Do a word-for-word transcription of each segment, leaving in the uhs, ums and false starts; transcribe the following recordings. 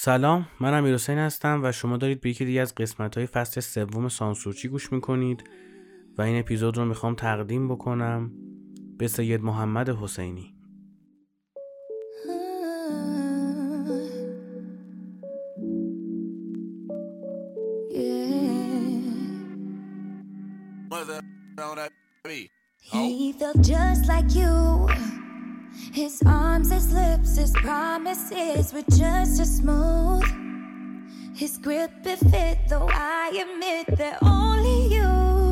سلام، من امیرحسین هستم و شما دارید به یکی دیگه از قسمت‌های فصل سوم سانسورچی گوش میکنید و این اپیزود رو میخوام تقدیم بکنم به سید محمد حسینی. He felt just like you. His arms, his lips, his promises were just as smooth. His grip, it fit, though I admit that only you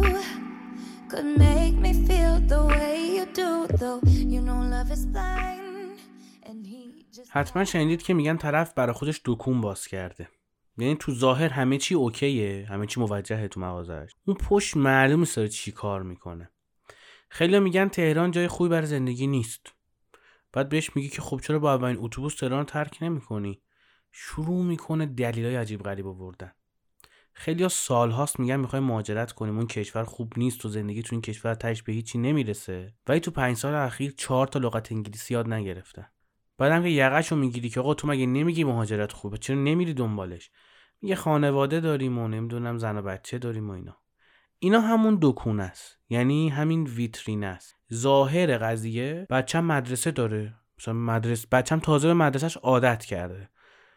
could make me feel the way you do, though you know love is blind and he just حتما شنیدید که میگن طرف برای خودش دکون باز کرده. یعنی تو ظاهر همه چی اوکیه، همه چی موجهه تو مغازش. اون پشت معلوم نیست داره چی کار میکنه. خیلی میگن تهران جای خوبی برای زندگی نیست. بعد بهش میگی که خب چرا با اولین اتوبوس تهران رو ترک نمی‌کنی؟ شروع میکنه دلایل عجیب غریب آوردن. خیلی‌ها سال‌هاست میگن می‌خوایم مهاجرت کنیم، اون کشور خوب نیست و زندگی تو این کشور تهش به هیچی نمیرسه. ولی تو پنج سال اخیر چهار تا لغت انگلیسی یاد نگرفتن. بعدم که یقه‌شو میگیری که آقا تو مگه نمیگی مهاجرت خوبه، چرا نمیری دنبالش؟ میگه خانواده داریم و نمیدونم زن و بچه داریم و اینا. اینا همون دکون است، یعنی همین ویترین است. ظاهر قضیه بچه‌م مدرسه داره، مثلا مدرسه بچه‌م تازه به مدرسهش عادت کرده،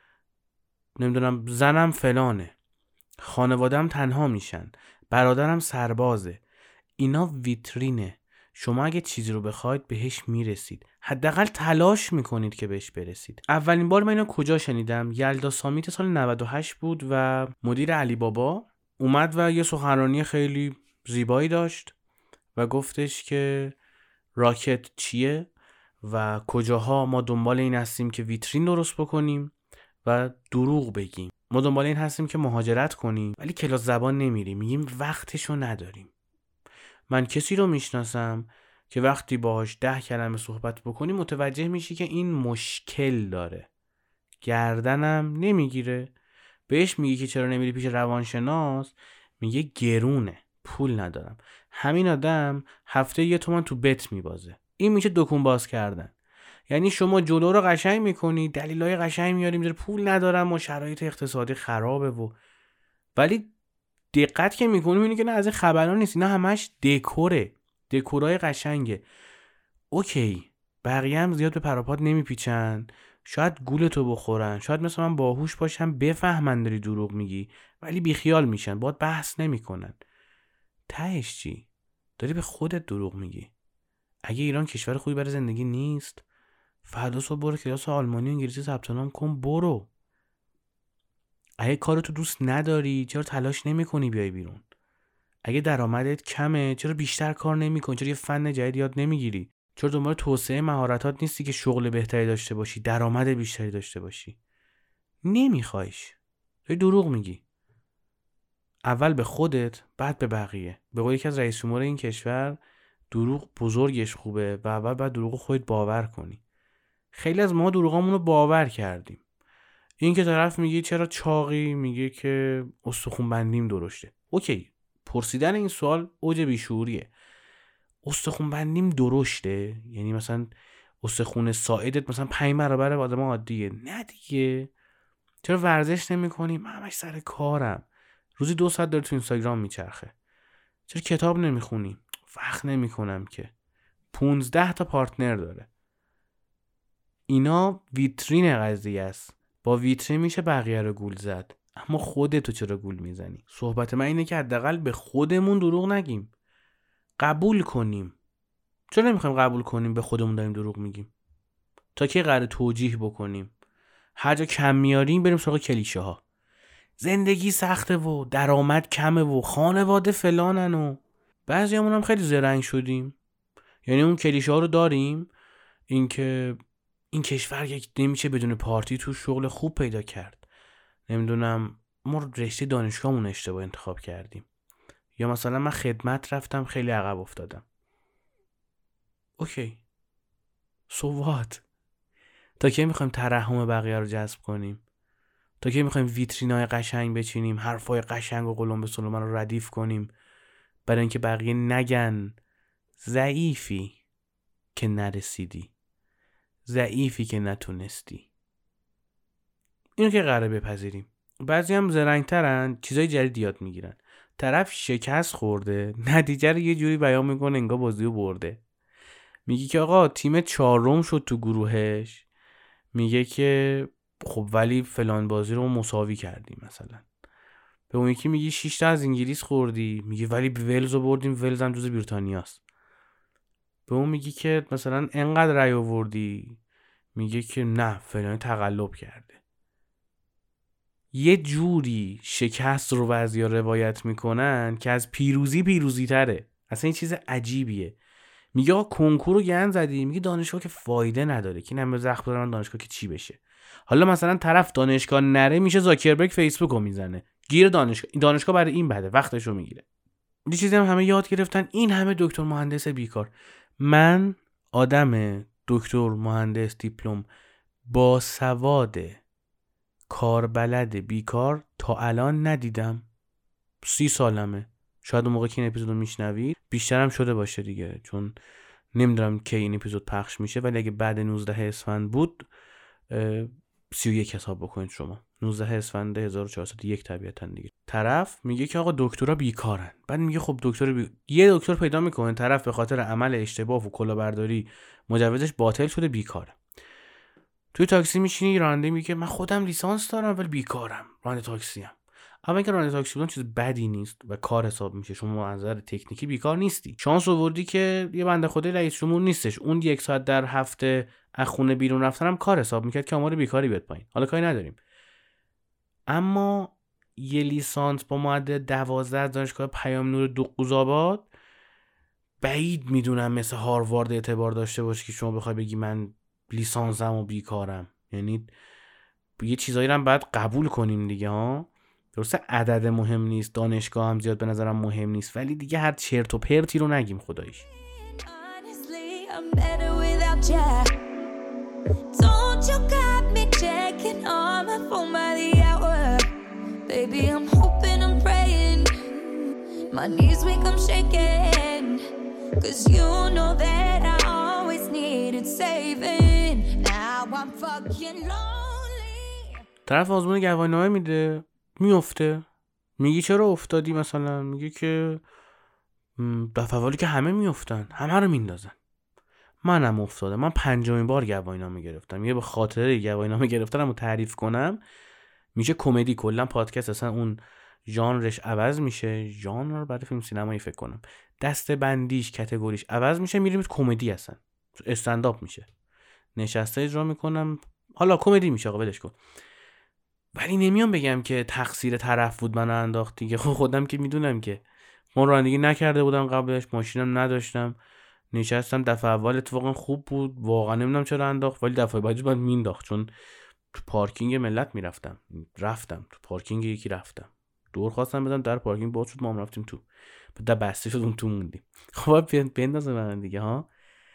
نمیدونم زنم فلانه، خانواده‌ام تنها میشن، برادرم سربازه. اینا ویترینه. شما اگه چیزی رو بخواید بهش میرسید، حداقل تلاش میکنید که بهش برسید. اولین بار من اینو کجا شنیدم؟ یلدا سامیت سال نود و هشت بود و مدیر علی بابا اومد و یه سخنرانی خیلی زیبایی داشت و گفتش که راکت چیه و کجاها ما دنبال این هستیم که ویترین درست بکنیم و دروغ بگیم. ما دنبال این هستیم که مهاجرت کنیم ولی کلاس زبان نمیریم، میگیم وقتشو نداریم. من کسی رو میشناسم که وقتی باهاش ده کلمه صحبت بکنی متوجه میشی که این مشکل داره، گردنم نمیگیره. بهش میگی که چرا نمیری پیش روانشناس، میگه گرونه، پول ندارم. همین آدم هفته یه تومن تو بت میبازه. این میشه دکون باز کردن. یعنی شما جلو رو قشنگ میکنی، دلیلای قشنگ میاری، میذاری پول ندارم و شرایط اقتصادی خرابه و ولی دقت که میکنی میبینی که نه، از این خبرها نیست، اینا همش دکوره، دکورای قشنگه. اوکی، بقیه هم زیاد به پراپات نمیپیچن، شاید گولتو بخورن، شاید مثلا من باهوش باشم بفهمن داری دروغ میگی ولی بیخیال میشن، باهات بحث نمیکنن. تهش چی؟ داری به خودت دروغ میگی. اگه ایران کشور خوبی برای زندگی نیست، فردا صبح برو کلاس آلمانی و انگلیسی ثبت نام کن، برو. اگه کارتو دوست نداری چرا تلاش نمیکنی بیای بیرون؟ اگه درآمدت کمه چرا بیشتر کار نمیکنی؟ چرا یه فن جدید یاد نمیگیری؟ چرا دنبال توسعه مهارتات نیستی که شغل بهتری داشته باشی، درآمد بیشتری داشته باشی؟ نمیخوایش. داری دروغ میگی. اول به خودت، بعد به بقیه. به قول یکی از رئیس جمهور این کشور، دروغ بزرگش خوبه و اول بعد دروغ خودت باور کنی. خیلی از ما دروغامون رو باور کردیم. این که طرف میگه چرا چاقی، میگه که استخون بندیم درشته. اوکی، پرسیدن این سوال اوج بیشعوریه. استخون بندیم درشته؟ یعنی مثلا استخون ساعدت مثلا پنج برابر آدم عادیه؟ نه دیگه. چرا ورزش نمی کنی؟ من همش سر کارم، روزی دو ساعت داره تو اینستاگرام میچرخه. چرا کتاب نمی خونی؟ وقت نمی کنم که. پونزده تا پارتنر داره. اینا ویترین قضیه است. با ویترین میشه بقیه رو گول زد، اما خودتو چرا گول میزنی؟ صحبت من اینه که حداقل به خودمون دروغ نگیم، قبول کنیم. چرا نمیخوایم قبول کنیم به خودمون داریم دروغ میگیم؟ تا کی قراره توجیه بکنیم؟ هر جا کم میاریم بریم سراغ کلیشه ها. زندگی سخته و درآمد کمه و خانواده فلانن و بعضیامون هم خیلی زرنگ شدیم. یعنی اون کلیشه ها رو داریم، اینکه این کشور یک نمیشه بدون پارتی تو شغل خوب پیدا کرد. نمیدونم ما رشته دانشگاهمون اشتباه انتخاب کردیم، یا مثلا من خدمت رفتم خیلی عقب افتادم. اوکی، سو وات؟ تا کی میخوایم ترحم بقیه رو جذب کنیم؟ تا کی میخوایم ویترینای قشنگ بچینیم، حرفای قشنگ و قلمبه سلیمان رو ردیف کنیم برای اینکه بقیه نگن ضعیفی که نرسیدی، ضعیفی که نتونستی؟ اینو که قراره بپذیریم. بعضی هم زرنگ‌ترن، چیزای جدید یاد میگیرن. طرف شکست خورده، نتیجه رو یه جوری بیان میکنه انگار بازی رو برده. میگه که آقا تیم چهارم شد تو گروهش، میگه که خب ولی فلان بازی رو مساوی کردیم مثلا. به اون یکی میگی شش تا از انگلیس خوردی، میگه ولی ولز رو بردیم، ولز هم جز بریتانیاست. به اون میگی که مثلا انقدر رای آوردی، میگه که نه فلان تقلب کرده. یه جوری شکست رو بعضیا روایت میکنن که از پیروزی پیروزی تره. اصلا این چیز عجیبیه. میگه آقا کنکور رو گند زدی، میگه دانشگاه که فایده نداره، که نمه زخم دارن دانشگاه که چی بشه. حالا مثلا طرف دانشگاه نره، میشه زاکربرگ فیسبوک رو میزنه، گیر دانشگاه. این دانشگاه برای این بده، وقتش رو میگیره. یه چیزی هم همه یاد گرفتن، این همه دکتر مهندس بیکار. من آدم دکتر مهندس دیپلم با سواد کاربلد بیکار تا الان ندیدم. سی سالمه، شاید اون موقع که این اپیزودو میشنوید بیشترم شده باشه دیگه، چون نمیدونم کی این اپیزود پخش میشه، ولی اگه بعد نوزده اسفند بود سی و یک حساب بکنید شما. نوزده اسفند هزار و چهارصد و یک طبیعتا دیگه. طرف میگه که آقا دکترها بیکارن. بعد میگه خب دکتر بی... یه دکتر پیدا میکنه طرف به خاطر عمل اشتباه و کلاهبرداری مجوزش باطل شده، بیکاره. توی تاکسی میشینی، راننده میگه من خودم لیسانس دارم ولی بیکارم، راننده تاکسی ام. اما اینکه راننده تاکسی بودن چیز بدی نیست و کار حساب میشه، شما از نظر تکنیکی بیکار نیستی. شانس آوردی که یه بنده خدای رئیس جمهور نیستش، اون یک ساعت در هفته از خونه بیرون رفتنم کار حساب میکرد که آمار بیکاری بیاد پایین. حالا کاری نداریم. اما یه لیسانس با معدل دوازده دانشگاه پیام نور دو قوزآباد بعید میدونم مثل هاروارد اعتبار داشته باشه که شما بخوای بگی من لیسانسم و بیکارم. یعنی یه چیزایی رو هم باید قبول کنیم دیگه ها. درسته عدد مهم نیست، دانشگاه هم زیاد به نظرم مهم نیست، ولی دیگه هر چرت و پرتی رو نگیم خداییش. طرف آزمون گواهینامه میده، میفته. میگی چرا افتادی مثلا؟ میگه که دفعه اولی که همه میافتن، همه رو میندازن، منم افتادم. من پنجمین بار گواهینامه گرفتم. یه به خاطر گواهینامه گرفتنمو تعریف کنم میشه کمدی. کلا پادکست اصلا اون ژانرش عوض میشه، ژانر برای فیلم سینمایی فکر کنم دسته بندیش کاتگوریش عوض میشه، میریم کمدی، اصلا استندآپ میشه، نشسته اجرا میکنم، حالا کمدی میشه آقا ولش کن. ولی نمیام بگم که تقصیر طرف بود منو انداخت دیگه. خودم که میدونم که من رانندگی نکرده بودم قبلش، ماشینم نداشتم، نشستم دفعه اول اتفاقا خوب بود، واقعا نمیدونم چرا انداخت، ولی دفعه بعدی بعد مینداخت، چون تو پارکینگ ملت میرفتم رفتم تو پارکینگ یکی رفتم دور خواستم بدم، در پارکینگ باز شد، ما هم رفتیم تو، بعد بسته شد اون تو موندیم. خب بندازه من دیگه ها.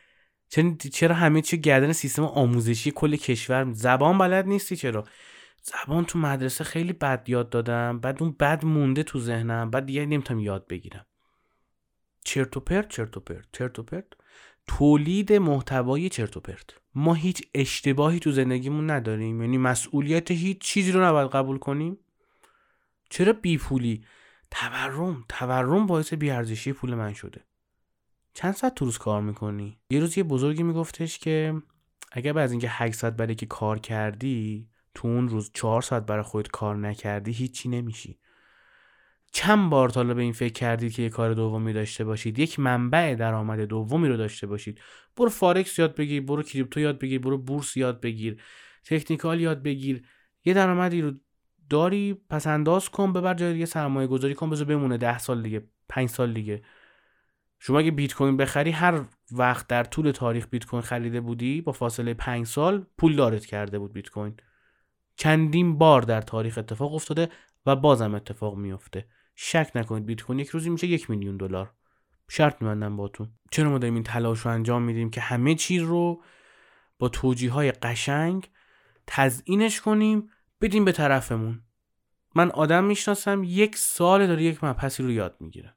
چرا همه چی گردن سیستم آموزشی کل کشور؟ زبان بلد نیستی؟ چرا زبان تو مدرسه خیلی بد یاد دادم، بعد اون بد مونده تو ذهنم، بعد دیگه نمیتونم یاد بگیرم. چرت و پرت چرت و پرت چرت و پرت، تولید محتوای چرت و پرت. ما هیچ اشتباهی تو زندگیمون نداریم، یعنی مسئولیت هیچ چیزی رو نباید قبول کنیم. چرا بی پولی؟ تورم تورم باعث بی ارزشی پول من شده. چند ساعت تو روز کار میکنی؟ یه روز یه بزرگی میگفتش که اگر بعد از اینکه هشت ساعت برای که کار کردی تو اون روز چهار ساعت برای خودت کار نکردی، هیچی نمیشی. چند بار تا حالا به این فکر کردید که یه کار دومی داشته باشید، یک منبع درآمد دومی رو داشته باشید؟ برو فارکس یاد بگیر، برو کریپتو یاد بگیر، برو بورس یاد بگیر، تکنیکال یاد بگیر. یه درآمدی رو داری، پس انداز کن، ببر جای دیگه سرمایه گذاری کن، بذار بمونه ده سال دیگه، پنج سال دیگه. شما اگه بیت کوین بخری، هر وقت در طول تاریخ بیت کوین خریده بودی، با فاصله پنج سال پول دارت کرده بود بیت کوین. چندین بار در تاریخ اتفاق افتاده و بازم اتفاق میفته. شک نکنید بیت کوین یک روزی میشه یک میلیون دلار. شرط می‌بندم باهاتون. چرا ما داریم این تلاش رو انجام میدیم که همه چیز رو با توجیه‌های قشنگ تزیینش کنیم، بدیم به طرفمون؟ من آدم میشناسم یک سال داره یک مبحثی رو یاد میگیره،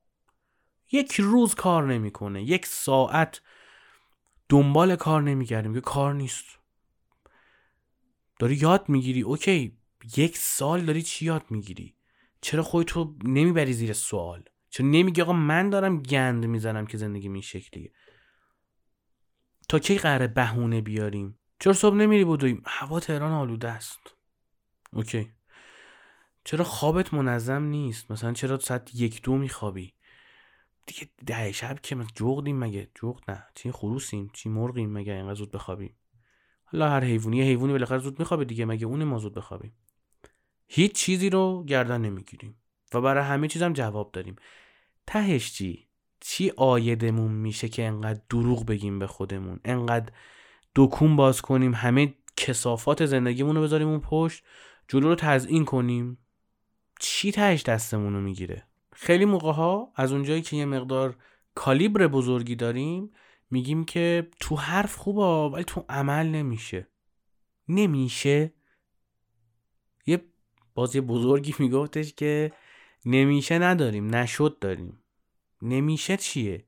یک روز کار نمیکنه، یک ساعت دنبال کار نمیگردیم که کار نیست. داری یاد میگیری، اوکی. یک سال داری چی یاد میگیری؟ چرا خودتو نمیبری زیر سوال؟ چرا نمیگی آقا من دارم گند میزنم که زندگی این شکلیه؟ تا کی قراره بهونه بیاریم؟ چرا صبح نمیری بدوی؟ هوا تهران آلوده است. اوکی. چرا خوابت منظم نیست؟ مثلا چرا ساعت یک دو میخوابی؟ دیگه ده شب که ما جغدیم مگه؟ جغد نه، چی خروسیم، چی مرغیم مگه اینقدر زود بخوابیم؟ حالا هر حیوانی حیوانی بالاخره زود میخوابه دیگه، مگه اون ما زود بخوابیم؟ هیچ چیزی رو گردن نمیگیریم و برای همه چیزم جواب داریم. تهش چی؟ چی عایدمون میشه که انقدر دروغ بگیم به خودمون، انقدر دکون باز کنیم، همه کثافات زندگیمون رو بذاریم اون پشت، جلو رو تزیین کنیم؟ چی تهش دستمون رو میگیره؟ خیلی موقع ها از اونجایی که یه مقدار کالیبر بزرگی داریم میگیم که تو حرف خوبه ولی تو عمل نمیشه. نمیشه. یه بازی بزرگی میگفتش که نمیشه نداریم، نشد داریم. نمیشه چیه؟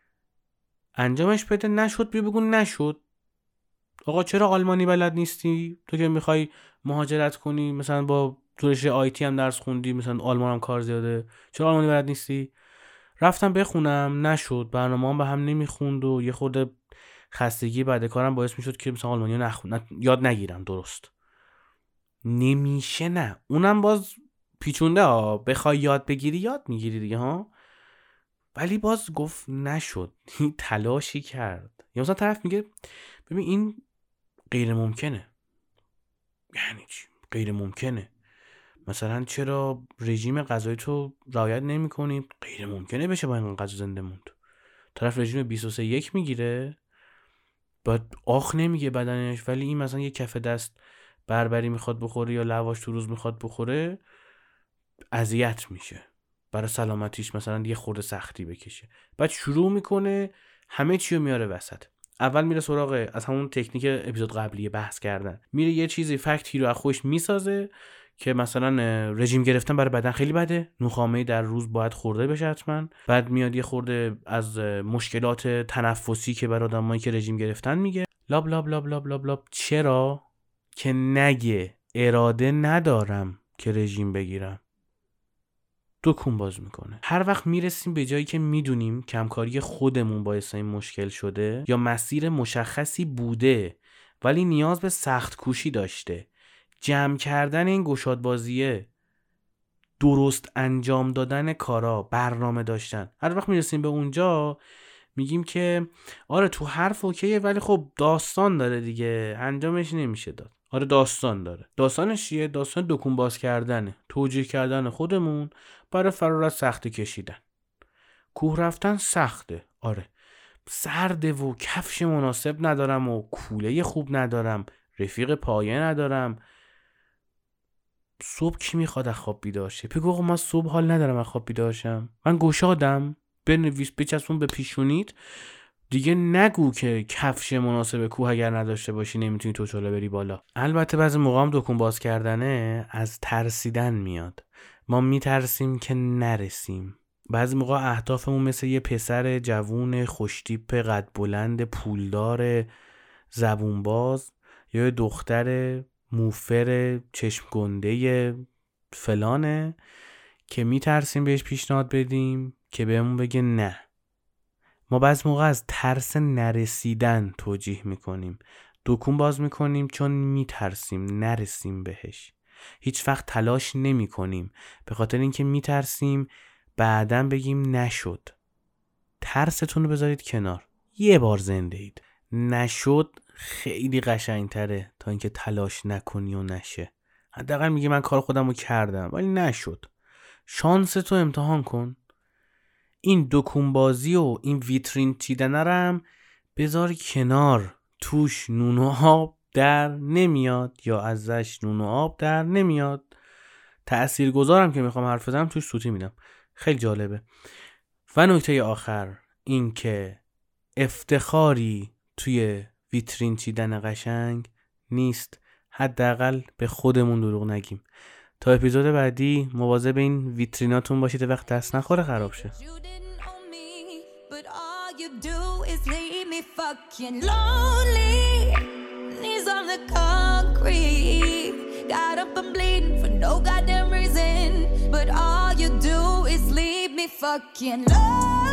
انجامش بده. نشد بیا بگو نشد. آقا چرا آلمانی بلد نیستی؟ تو که میخوای مهاجرت کنی، مثلا با تو رشته آیتی هم درس خوندی، مثلا آلمان هم کار زیاده، چرا آلمانی بلد نیستی؟ رفتم بخونم نشد، برنامه‌ام به هم نمیخوند و یه خورده خستگی بعد کارم باعث میشد که مثلا آلمانی نخون یاد نگیرم درست. نمیشه. نه اونم باز پیچونده ها، بخوای یاد بگیری یاد میگیری دیگه ها، ولی باز گفت نشد. این تلاشی کرد. یا مثلا طرف میگه ببین این غیر ممکنه. یعنی چی غیر ممکنه؟ مثلا چرا رژیم غذایی تو رعایت نمی‌کنی؟ غیر ممکنه بشه با این غذا زنده موند. طرف رژیم بیست و سه یک میگیره، بعد آخ نمیگه بدنش، ولی این مثلا یه کف دست بربری میخواد بخوره یا لواش تو روز میخواد بخوره، اذیت میشه، برای سلامتیش مثلا یه خورده سختی بکشه. بعد شروع میکنه همه چی رو میاره وسط. اول میره سراغ از همون تکنیک اپیزود قبلی بحث کردن، میره یه چیزی فکتی رو از خودش میسازه که مثلا رژیم گرفتن برای بدن خیلی بده، نوخامه‌ای در روز باید خورده بشه حتما. بعد میاد یه خورده از مشکلات تنفسی که برای آدمایی که رژیم گرفتن میگه، لاب لاب لاب لاب لاب لاب. چرا؟ که نگه اراده ندارم که رژیم بگیرم. دکون باز میکنه. هر وقت میرسیم به جایی که میدونیم کمکاری خودمون باعث این مشکل شده یا مسیر مشخصی بوده ولی نیاز به سخت کوشی داشته، جمع کردن این گشادبازیه، درست انجام دادن کارا، برنامه داشتن، هر وقت میرسیم به اونجا میگیم که آره تو حرف اوکیه ولی خب داستان داره دیگه، انجامش نمیشه داد. آره داستان داره. داستانش چیه؟ داستان دکون باز کردنه، توجیه کردن خودمون برای فرار از سختی کشیدن. کوه رفتن سخته، آره سرده و کفش مناسب ندارم و کوله خوب ندارم، رفیق پایه ندارم. صبح کی میخواد از خواب بیدار شه؟ بگو آقا من صبح حال ندارم از خواب بیدار شم، من گشادم. بنویس بچسبون به پیشونیت دیگه، نگو که کفش مناسب کوه اگر نداشته باشی نمیتونی تو چاله بری بالا. البته بعضی موقع هم دکون باز کردنه از ترسیدن میاد. ما میترسیم که نرسیم. بعضی موقع اهدافمون مثل یه پسر جوون خوشتیپ قد بلند پولدار زبونباز یا یه دختر موفر چشم گنده فلانه که میترسیم بهش پیشنهاد بدیم که بهمون بگه نه. ما بعضی موقع از ترس نرسیدن توجیه میکنیم، دکون باز میکنیم چون میترسیم نرسیم بهش. هیچ وقت تلاش نمی کنیم به خاطر اینکه میترسیم بعداً بگیم نشد. ترستون رو بذارید کنار، یه بار زنده اید. نشد خیلی قشنگتره تا اینکه تلاش نکنی و نشه. حداقل میگی من کار خودم رو کردم ولی نشد. شانس تو امتحان کن. این دکون بازی و این ویترین چیدن رم بذار کنار، توش نون و آب در نمیاد یا ازش نون و آب در نمیاد. تأثیرگذارم که میخوام حرف بزنم توش سوتی میدم، خیلی جالبه. و نکته آخر این که افتخاری توی ویترین چیدن قشنگ نیست، حداقل به خودمون دروغ نگیم. تا اپیزود بعدی مواظب این ویتریناتون باشید وقت دست نخوره خراب شه. You do is leave me fucking lonely. These are on the concrete. Got up and bleeding for no goddamn reason, but all you do is leave me fucking lost.